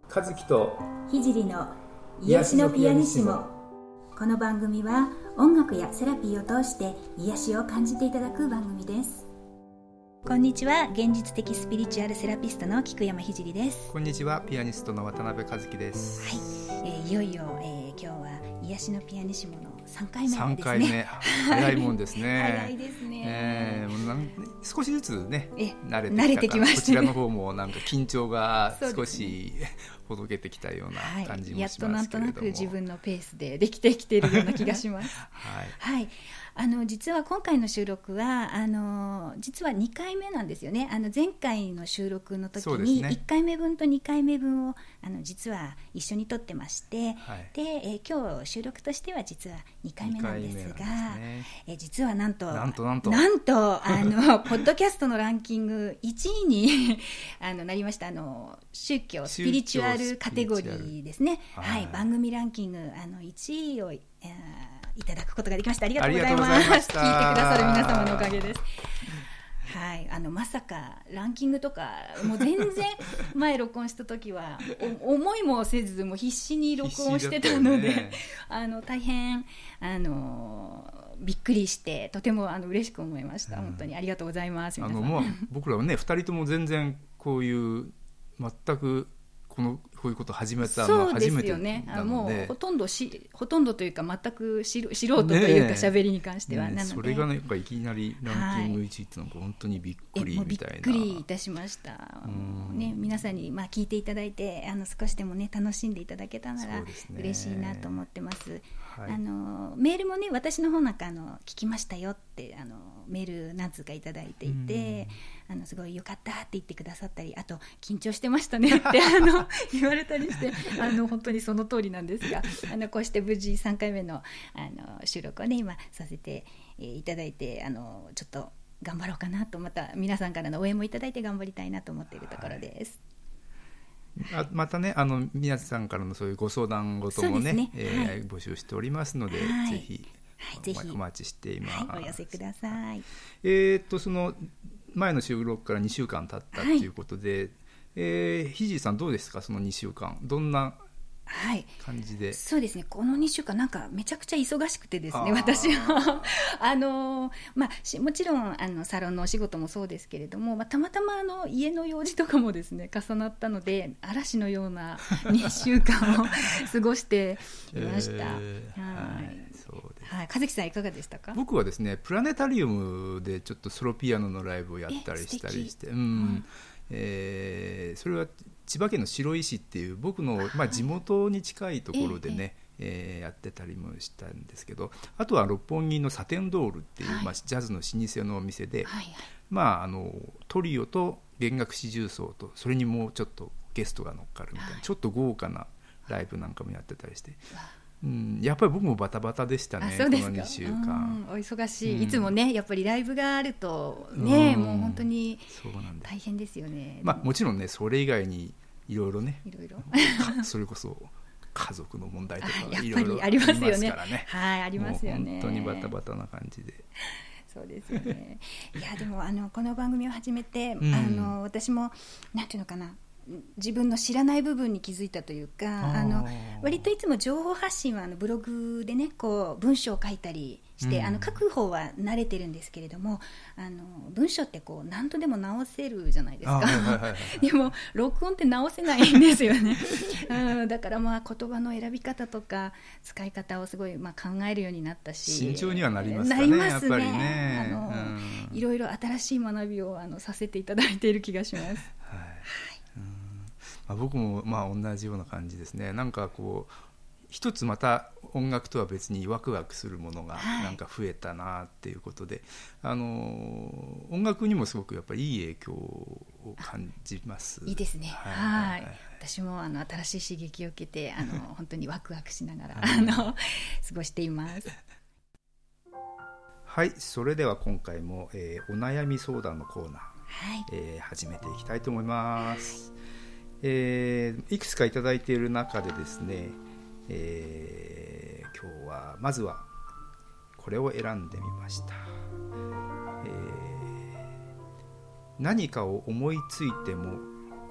和樹と聖の癒しのピアニッシモ。この番組は音楽やセラピーを通して癒しを感じていただく番組です。こんにちは、現実的スピリチュアルセラピストの菊山聖です。 こんにちは、ピアニストの渡辺和樹です。 はい、いよいよ、今日は癒しのピアニッシモの3回目ですね。 3回目早いもんですね。 早いですね。 少しずつね慣れてきましたね。 こちらの方もなんか緊張が少し、ほどけてきたような感じもしますけれども、 やっとなんとなく自分のペースでできてきているような気がします。はい、実は今回の収録は実は2回目なんですよね。前回の収録の時に1回目分と2回目分を実は一緒に撮ってまして、で、今日収録としては実は2回目なんですが、実はなんとポッドキャストのランキング1位になりました。宗教スピリチュアルカテゴリーですね。番組ランキング1位をいただくことができました。ありがとうございます。聞いてくださる皆様のおかげです。はい、まさかランキングとかもう全然前録音した時は思いもせずもう必死に録音してたので、大変びっくりしてとても嬉しく思いました。本当にありがとうございます。皆さんもう僕らはね2人とも全然こういう全くこういうことを始めたのは初めてなので、そうですよね。もうほとんどというか全く素人というか喋りに関しては、なのでそれがねやっぱいきなりランキング1位っていうのが本当にびっくりみたいな。 びっくりいたしましたね。皆さんに聞いていただいて少しでもね楽しんでいただけたなら嬉しいなと思ってます。メールもね私の方なんか聞きましたよってメール何通かいただいていて、すごいよかったって言ってくださったり、あと緊張してましたねって言われたりして本当にその通りなんですが、こうして無事3回目の、収録をね今させていただいて、ちょっと頑張ろうかなと、また皆さんからの応援もいただいて頑張りたいなと思っているところです。 またね皆さんからのそういうご相談事もね、募集しておりますので、ぜひお待ちしています。 お寄せください。 その前の収録から2週間経ったということで、ひじいさんどうですか、その2週間どんな感じで。 そうですね、この2週間なんかめちゃくちゃ忙しくてですね、私はもちろんサロンのお仕事もそうですけれども、たまたま家の用事とかもですね重なったので、嵐のような2週間を過ごしていました。和樹さんいかがでしたか。 僕はですねプラネタリウムでちょっとソロピアノのライブをやったりしたりして、それは千葉県の白井市っていう僕の、地元に近いところでね、やってたりもしたんですけど、あとは六本木のサテンドールっていう、ジャズの老舗のお店で、トリオと弦楽四重奏とそれにもうちょっとゲストが乗っかるみたいな、ちょっと豪華なライブなんかもやってたりして、やっぱり僕もバタバタでしたね。この2週間、 お忙しい、いつもねやっぱりライブがあるとね、もう本当に大変ですよね。 もちろんねそれ以外にいろいろねそれこそ家族の問題とかいろいろありますからね。ありますよね。本当にバタバタな感じで。 そうですよね。いやでもこの番組を始めて、私もなんていうのかな、自分の知らない部分に気づいたというか、割といつも情報発信はブログでねこう文章を書いたりして、書く方は慣れてるんですけれども、文章ってこう何とでも直せるじゃないですか。でも録音って直せないんですよね。だから言葉の選び方とか使い方をすごい考えるようになったし、 慎重にはなりますかね。やっぱりね、 いろいろ新しい学びをさせていただいている気がします。 僕も同じような感じですね。なんかこう一つまた音楽とは別にワクワクするものがなんか増えたなっていうことで、音楽にもすごくやっぱりいい影響を感じます。 いいですね。私も新しい刺激を受けて本当にワクワクしながら過ごしています。 はい、それでは今回も、お悩み相談のコーナー、始めていきたいと思います。いくつかいただいている中でですね、今日はまずはこれを選んでみました。何かを思いついても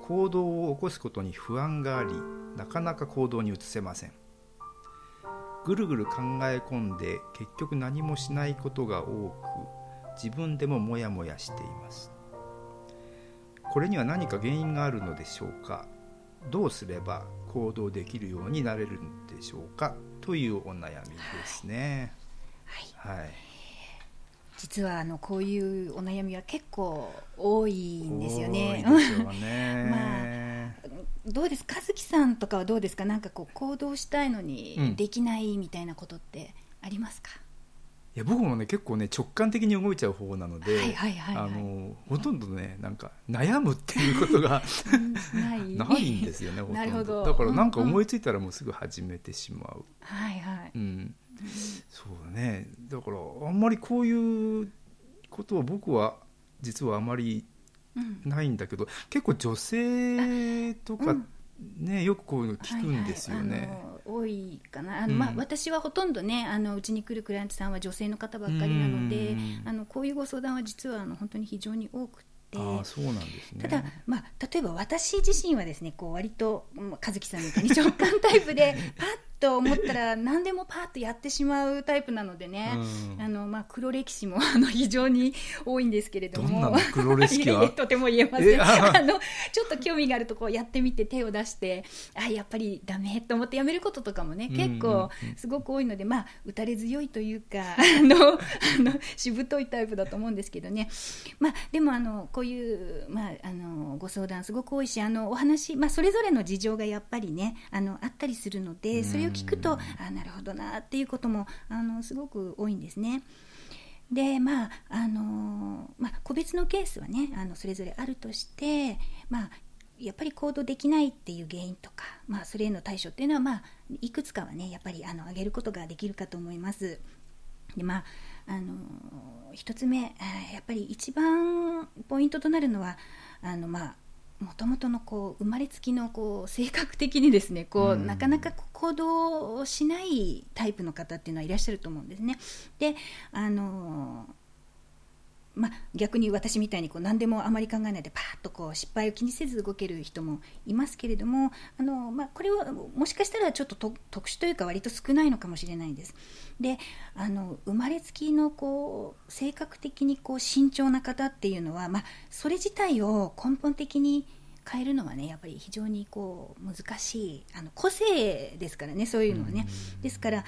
行動を起こすことに不安があり、なかなか行動に移せません。ぐるぐる考え込んで結局何もしないことが多く、自分でもモヤモヤしています。これには何か原因があるのでしょうか。どうすれば行動できるようになれるんでしょうか、というお悩みですね。はい、はい、 実はこういうお悩みは結構多いんですよね。 多いでしょうね。 どうですか、和樹さんとかはどうですか。なんかこう行動したいのにできないみたいなことってありますか。 いや僕もね結構ね直感的に動いちゃう方なので、ほとんどねなんか悩むっていうことがないんですよね。ほとんど。なるほど。だからなんか思いついたらもうすぐ始めてしまう。 はいはい。 そうだね。だからあんまりこういうことは僕は実はあまりないんだけど、結構女性とかね、よくこういうの聞くんですよね。 多いかな。私はほとんどねうちに来るクライアントさんは女性の方ばっかりなので、こういうご相談は実は本当に非常に多くて。 そうなんですね。 ただ、例えば私自身はですね、こう割と和樹さんみたいに直感タイプでパッと思ったら何でもパッとやってしまうタイプなのでね、黒歴史も非常に多いんですけれども。 どんなの黒歴史はとても言えません。ちょっと興味があるとこうやってみて手を出してやっぱりダメと思ってやめることとかもね、結構すごく多いので、打たれ強いというかしぶといタイプだと思うんですけどね。でもこういう、ご相談すごく多いし、お話、それぞれの事情がやっぱりねあったりするので、それを聞くとなるほどなっていうこともすごく多いんですね。で個別のケースはねそれぞれあるとして、やっぱり行動できないっていう原因とか、それへの対処っていうのはいくつかはねやっぱり挙げることができるかと思います。で一つ目、やっぱり一番ポイントとなるのはもともとの生まれつきの性格的にですねなかなか行動をしないタイプの方っていうのはいらっしゃると思うんですね。で逆に私みたいに何でもあまり考えないでパーッと失敗を気にせず動ける人もいますけれども、これはもしかしたらちょっと特殊というか割と少ないのかもしれないです。で生まれつきの性格的に慎重な方っていうのは、それ自体を根本的に変えるのはねやっぱり非常に難しい個性ですからね、そういうのはね。ですから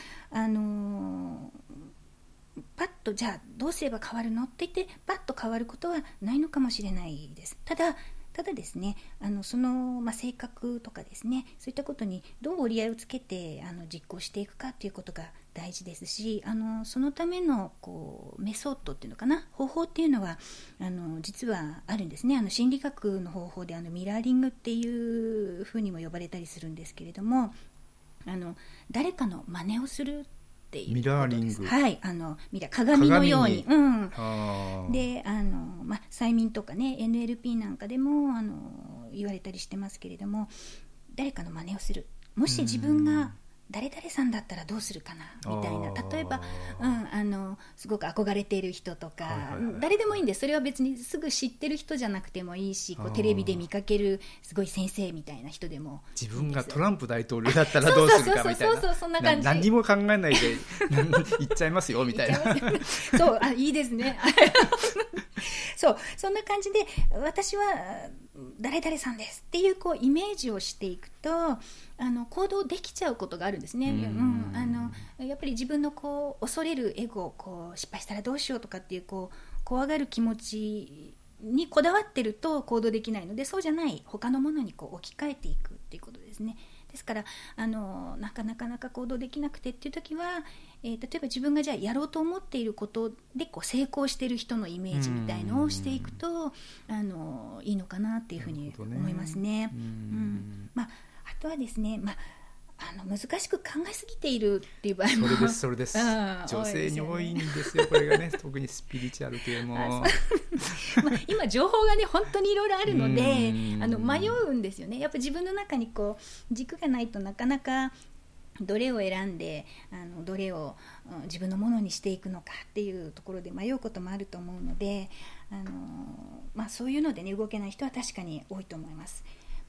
パッとじゃあどうすれば変わるのって言ってパッと変わることはないのかもしれないです。ただですねその、性格とかですね、そういったことにどう折り合いをつけて実行していくかということが大事ですし、そのためのメソッドっていうのかな、方法っていうのは実はあるんですね。心理学の方法でミラーリングっていうふうにも呼ばれたりすでけれども、誰かの真似をするミラーリング、 はい、鏡のように、で催眠とかね NLP なんかでも言われたりしてますけれども、誰かの真似をする。もし自分が誰々さんだったらどうするかなみたいな、例えば、すごく憧れている人とか、誰でもいいんです。それは別にすぐ知ってる人じゃなくてもいいし、テレビで見かけるすごい先生みたいな人でもいい。 自分がトランプ大統領だったらどうするかみたいな、 そんな感じ。 何にも考えないで言っちゃいますよみたいなそういいですねそんな感じで私は誰々さんですっていうイメージをしていくと行動できちゃうことがあるんですね。やっぱり自分の恐れるエゴを失敗したらどうしようとかっていう怖がる気持ちにこだわってると行動できないので、そうじゃない他のものに置き換えていくっていうことですね。ですからなかなか行動できなくてっていう時は、例えば自分がじゃあやろうと思っていることで成功している人のイメージみたいのをしていくといいのかなっていうふうに思いますね。あとはですね、難しく考えすぎているっていう場合もそれです、女性に多いんですよこれがね特にスピリチュアル系も今情報がね本当にいろいろあるので迷うんですよね。やっぱ自分の中に軸がないとなかなかどれを選んでどれを自分のものにしていくのかっていうところで迷うこともあると思うのでそういうのでね動けない人は確かに多いと思います。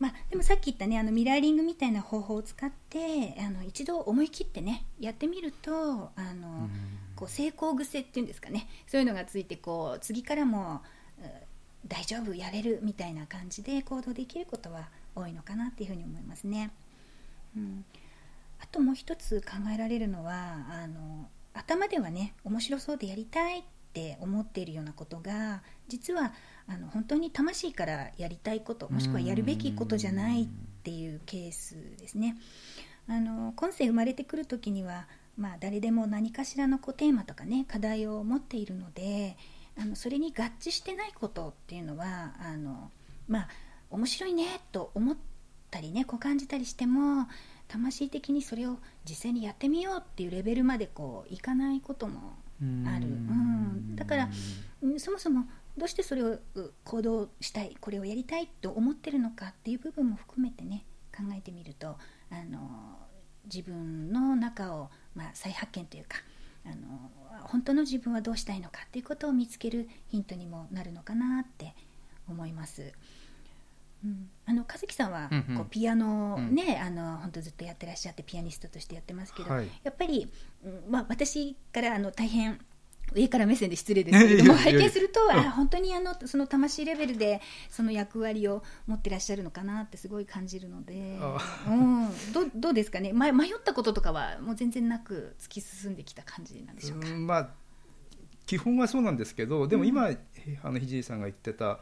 でもさっき言ったねミラーリングみたいな方法を使って一度思い切ってねやってみるとこう成功癖っていうんですかね、そういうのがついてこう次からも大丈夫やれるみたいな感じで行動できることは多いのかなっていうふうに思いますね。あともう一つ考えられるのは頭ではね面白そうでやりたいって思っているようなことが実は本当に魂からやりたいこともしくはやるべきことじゃないっていうケースですね。今世生まれてくる時には、誰でも何かしらのテーマとかね課題を持っているのでそれに合致してないことっていうのは面白いねと思ったりね感じたりしても魂的にそれを実際にやってみようっていうレベルまでいかないこともある。だからそもそもどうしてそれを行動したいこれをやりたいと思ってるのかっていう部分も含めてね考えてみると自分の中を、再発見というか本当の自分はどうしたいのかっていうことを見つけるヒントにもなるのかなって思います。和樹さんはピアノをね、本当ずっとやってらっしゃってピアニストとしてやってますけど、やっぱり、私から大変上から目線で失礼ですけれども拝見すると本当にその魂レベルでその役割を持ってらっしゃるのかなってすごい感じるので、どうですかね、迷ったこととかはもう全然なく突き進んできた感じなんでしょうか。 基本はそうなんですけど、でも今、ひじさんが言ってた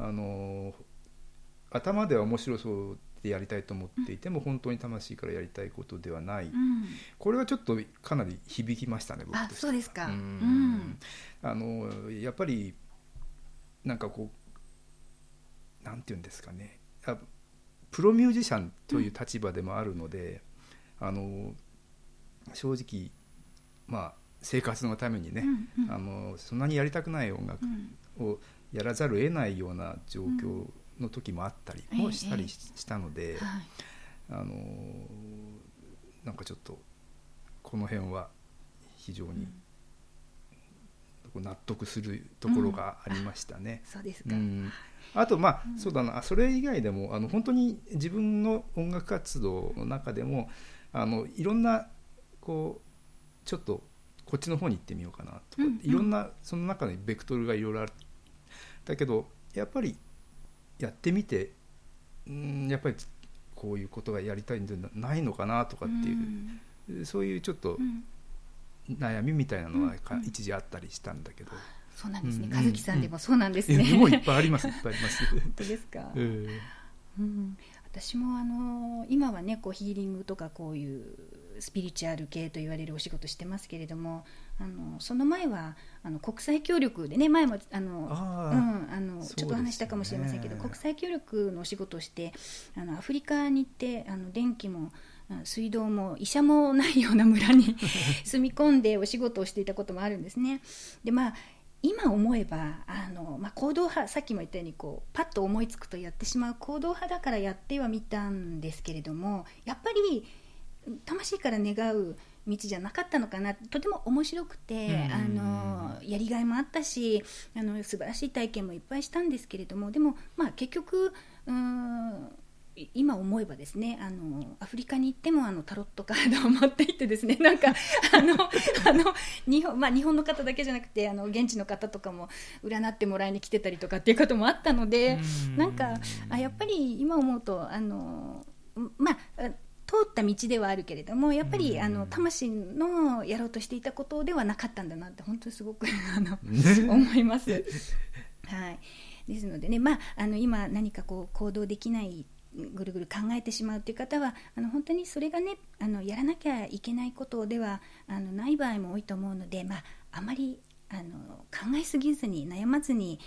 頭では面白そうでやりたいと思っていても、本当に魂からやりたいことではない、これはちょっとかなり響きましたね、僕としては。 そうですか。 やっぱりなんかなんていうんですかね、プロミュージシャンという立場でもあるので、正直生活のためにね、そんなにやりたくない音楽をやらざるを得ないような状況の時もあったりもしたりしたので、なんかちょっとこの辺は非常に納得するところがありましたね。 そうですか。 あとそうだな、それ以外でも本当に自分の音楽活動の中でもいろんなちょっとこっちの方に行ってみようかなとか、いろんなその中にベクトルがいろいろある。だけどやっぱりやってみてやっぱりこういうことがやりたいんじゃないのかなとかっていう、そういうちょっと悩みみたいなのは一時あったりしたんだけど。 そうなんですね、和樹さんでもそうなんですね。 もういっぱいあります、いっぱいあります。 本当ですか。私も今はねヒーリングとかこういうスピリチュアル系と言われるお仕事してますけれども、その前は国際協力でね、前もちょっと話したかもしれませんけど、国際協力のお仕事をしてアフリカに行って電気も水道も医者もないような村に住み込んでお仕事をしていたこともあるんですね。で今思えば行動派、さっきも言ったようにパッと思いつくとやってしまう行動派だからやってはみたんですけれども、やっぱり魂から願う道じゃなかったのかな。とても面白くてやりがいもあったし素晴らしい体験もいっぱいしたんですけれども、でも結局今思えばですね、アフリカに行ってもタロットカードを持っていってですね、なんか日本の方だけじゃなくて現地の方とかも占ってもらいに来てたりとかっていうこともあったので、なんかやっぱり今思うと通った道ではあるけれども、やっぱり魂のやろうとしていたことではなかったんだなって本当にすごく思います。はい、ですのでね、今何か行動できないぐるぐる考えてしまうという方は本当にそれがねやらなきゃいけないことではない場合も多いと思うので、あまり考えすぎずに悩まずに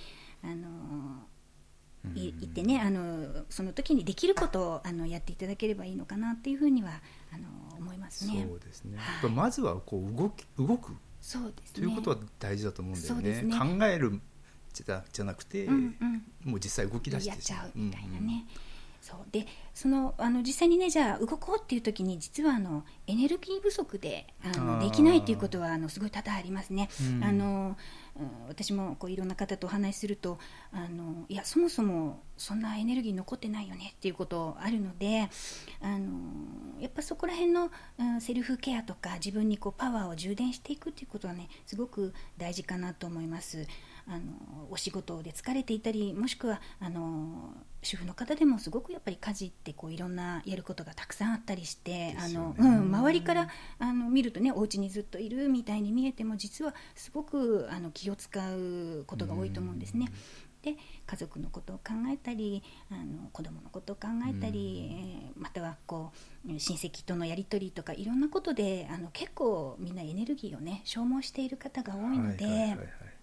言ってねその時にできることをやっていただければいいのかなっていうふうには思いますね。 そうですね、まずは動くそうです、ね、 ということは大事だと思うんだよ ね。考えるじゃなくて、もう実際動き出してやっちゃうみたいなね、そうで実際にね、じゃあ動こうっていう時に実はエネルギー不足でできないっていうことはすごい多々ありますね。私もいろんな方とお話しするといやそもそもそんなエネルギー残ってないよねっていうことあるので、やっぱそこら辺のセルフケアとか自分にパワーを充電していくっていうことはね、すごく大事かなと思います。お仕事で疲れていたり、もしくは主婦の方でもすごくやっぱり家事っていろんなやることがたくさんあったりして、周りから見るとね、お家にずっといるみたいに見えても実はすごく気を使うことが多いと思うんですね。で、家族のことを考えたり子供のことを考えたり、または親戚とのやり取りとかいろんなことで結構みんなエネルギーをね消耗している方が多いので、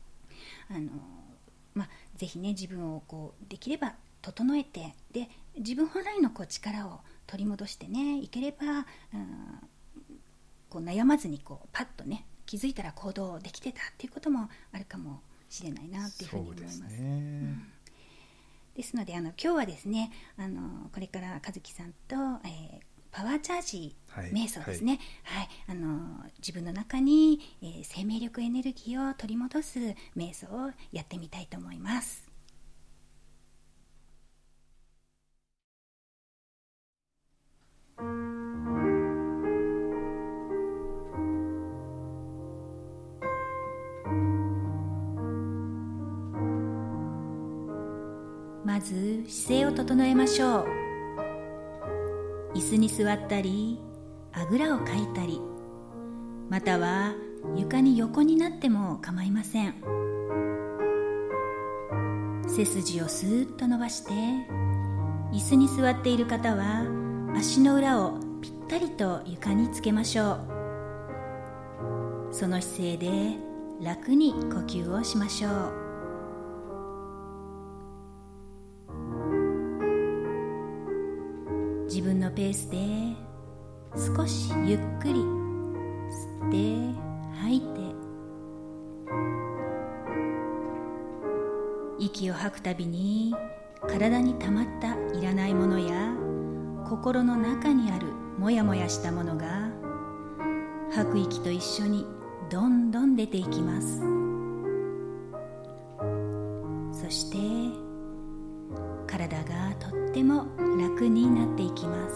ぜひね、自分をできれば整えて、で自分本来の力を取り戻してねいければ、悩まずにパッとね気づいたら行動できてたっていうこともあるかもしれないなっていうふうに思います。ですので今日はですねこれから和樹さんと、パワーチャージ瞑想ですね、自分の中に、生命力エネルギーを取り戻す瞑想をやってみたいと思います。まず姿勢を整えましょう。椅子に座ったりあぐらをかいたり、または床に横になっても構いません。背筋をスーッと伸ばして、椅子に座っている方は足の裏をぴったりと床につけましょう。その姿勢で楽に呼吸をしましょう。自分のペースで少しゆっくり吸って吐いて、息を吐くたびに体に溜まったいらないものや心の中にあるモヤモヤしたものが吐く息と一緒にどんどん出ていきます。そして体がとっても楽になっていきます。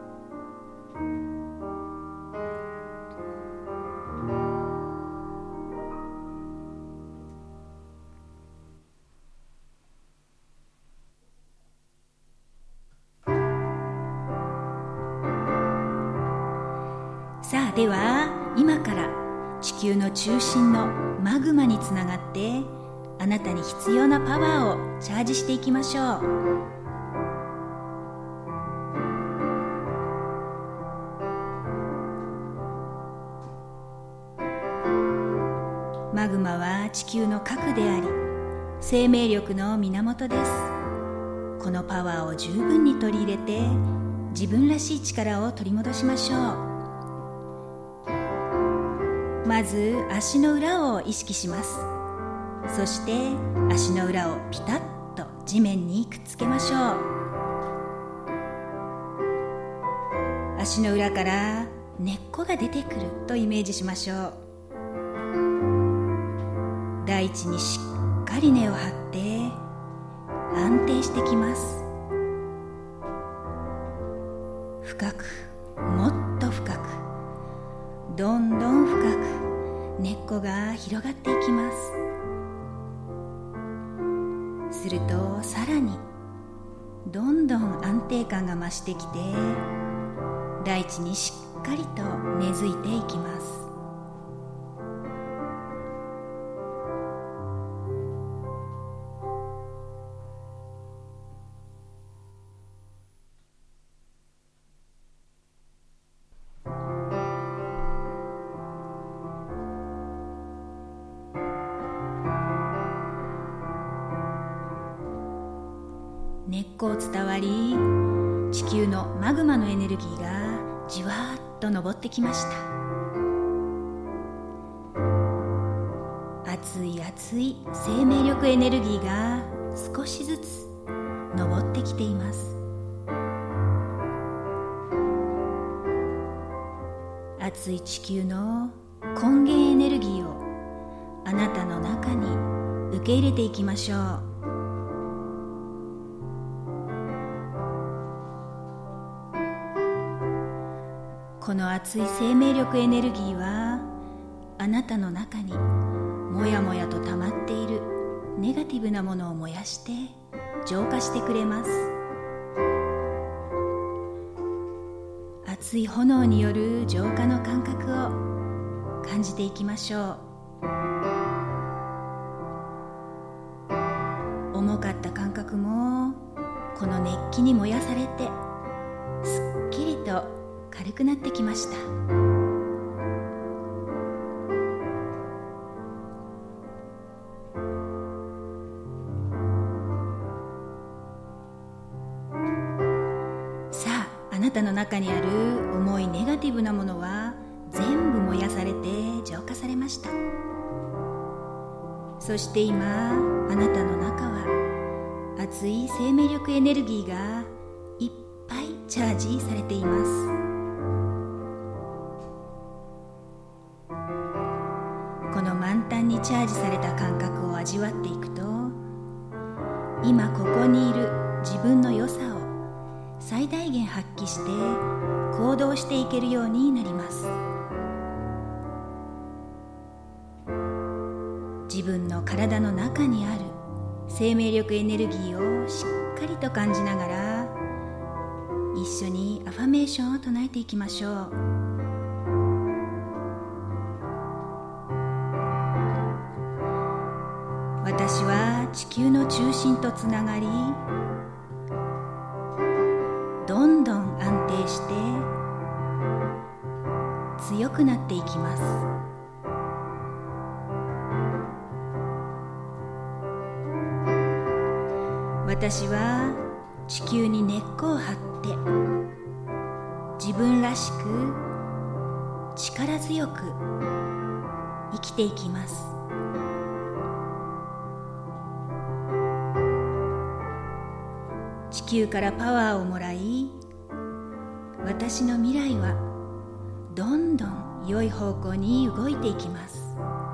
さあ、では今から地球の中心のマグマにつながってあなたに必要なパワーをチャージしていきましょう。マグマは地球の核であり、生命力の源です。このパワーを十分に取り入れて自分らしい力を取り戻しましょう。まず足の裏を意識します。そして足の裏をピタッと地面にくっつけましょう。足の裏から根っこが出てくるとイメージしましょう。大地にしっかり根を張って安定してきます。深く、もっと深く、どんどん深く根っこが広がっていきます。するとさらにどんどん安定感が増してきて、大地にしっかりと根付いていきます。根っこを伝わり、地球のマグマのエネルギーがじわーっと上ってきました。熱い熱い生命力エネルギーが少しずつ上ってきています。 熱い地球の根源エネルギーをあなたの中に受け入れていきましょう。この熱い生命力エネルギーはあなたの中にもやもやと溜まっているネガティブなものを燃やして浄化してくれます。熱い炎による浄化の感覚を感じていきましょう。重かった感覚もこの熱気に燃やされてすっきりと軽くなってきました。さあ、あなたの中にある重いネガティブなものは全部燃やされて浄化されました。そして今あなたの中は熱い生命力エネルギーがいっぱいチャージされています。この満タンにチャージされた感覚を味わっていくと、今ここにいる自分の良さを最大限発揮して行動していけるようになります。自分の体の中にある生命力エネルギーをしっかりと感じながら一緒にアファメーションを唱えていきましょう。私は地球の中心とつながり、どんどん安定して強くなっていきます。私は地球に根っこを張って自分らしく力強く生きていきます。地球からパワーをもらい、私の未来はどんどん良い方向に動いていきます。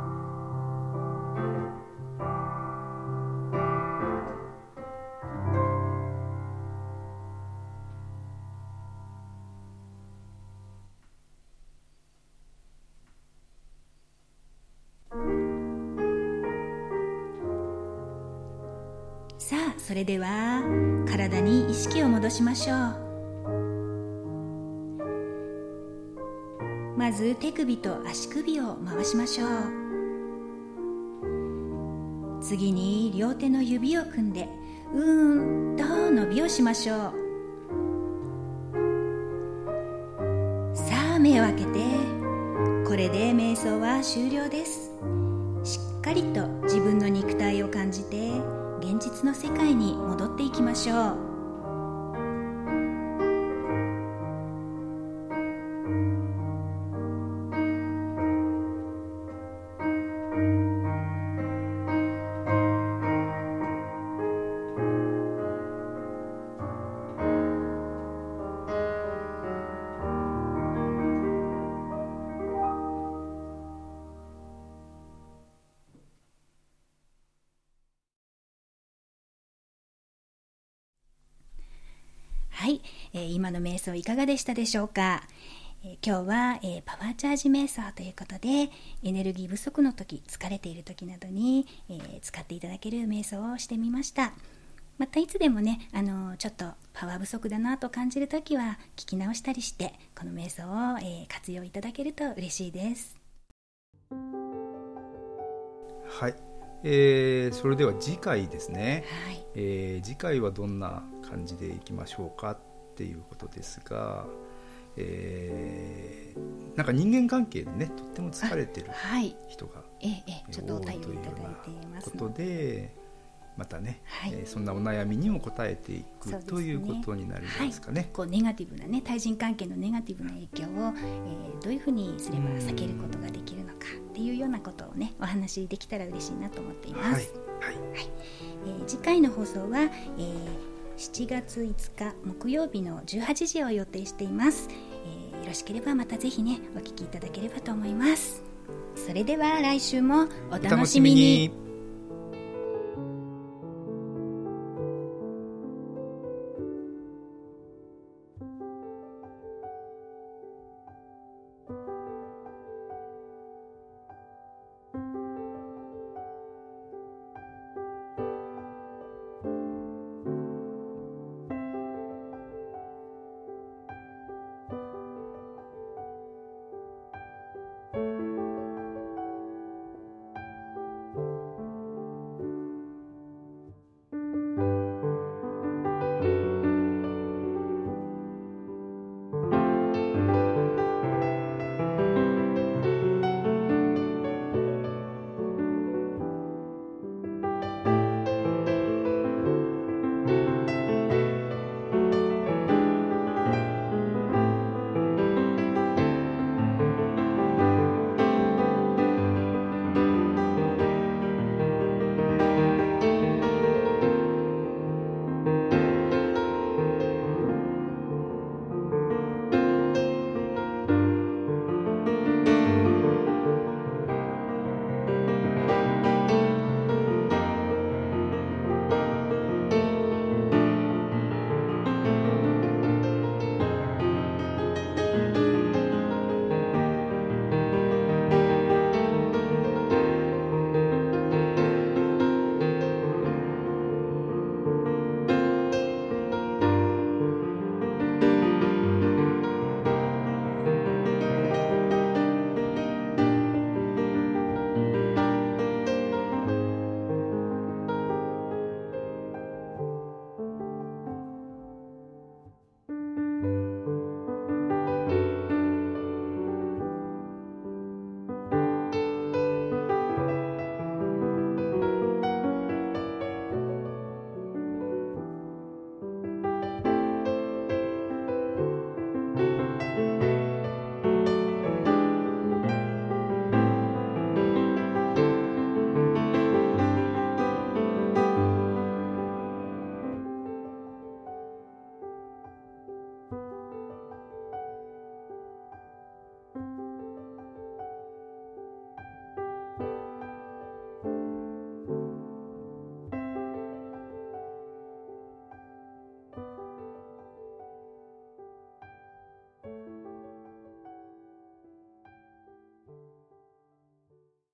さあ、それでは体に意識を戻しましょう。まず手首と足首を回しましょう。次に両手の指を組んでと伸びをしましょう。さあ、目を開けて、これで瞑想は終了です。しっかりと自分の肉体を感じて現実の世界に戻っていきましょう。はい、今の瞑想いかがでしたでしょうか。今日は、パワーチャージ瞑想ということで、エネルギー不足の時、疲れている時などに、使っていただける瞑想をしてみました。またいつでもね、ちょっとパワー不足だなと感じる時は聞き直したりして、この瞑想を、活用いただけると嬉しいです。 はい、それでは次回ですね、はい、次回はどんな感じでいきましょうかっていうことですが、なんか人間関係でね、とっても疲れてる人が多いというようなことで、またね、はい、そんなお悩みにも応えていく、ということになりますかね。はい、 こうネガティブなね、対人関係のネガティブな影響を、どういうふうにすれば避けることができるのかっていうようなことをね、お話できたら嬉しいなと思っています。はいはいはい。次回の放送は、7月5日木曜日の18時を予定しています。よろろしければまたぜひねお聞きいただければと思います。それでは来週もお楽しみに。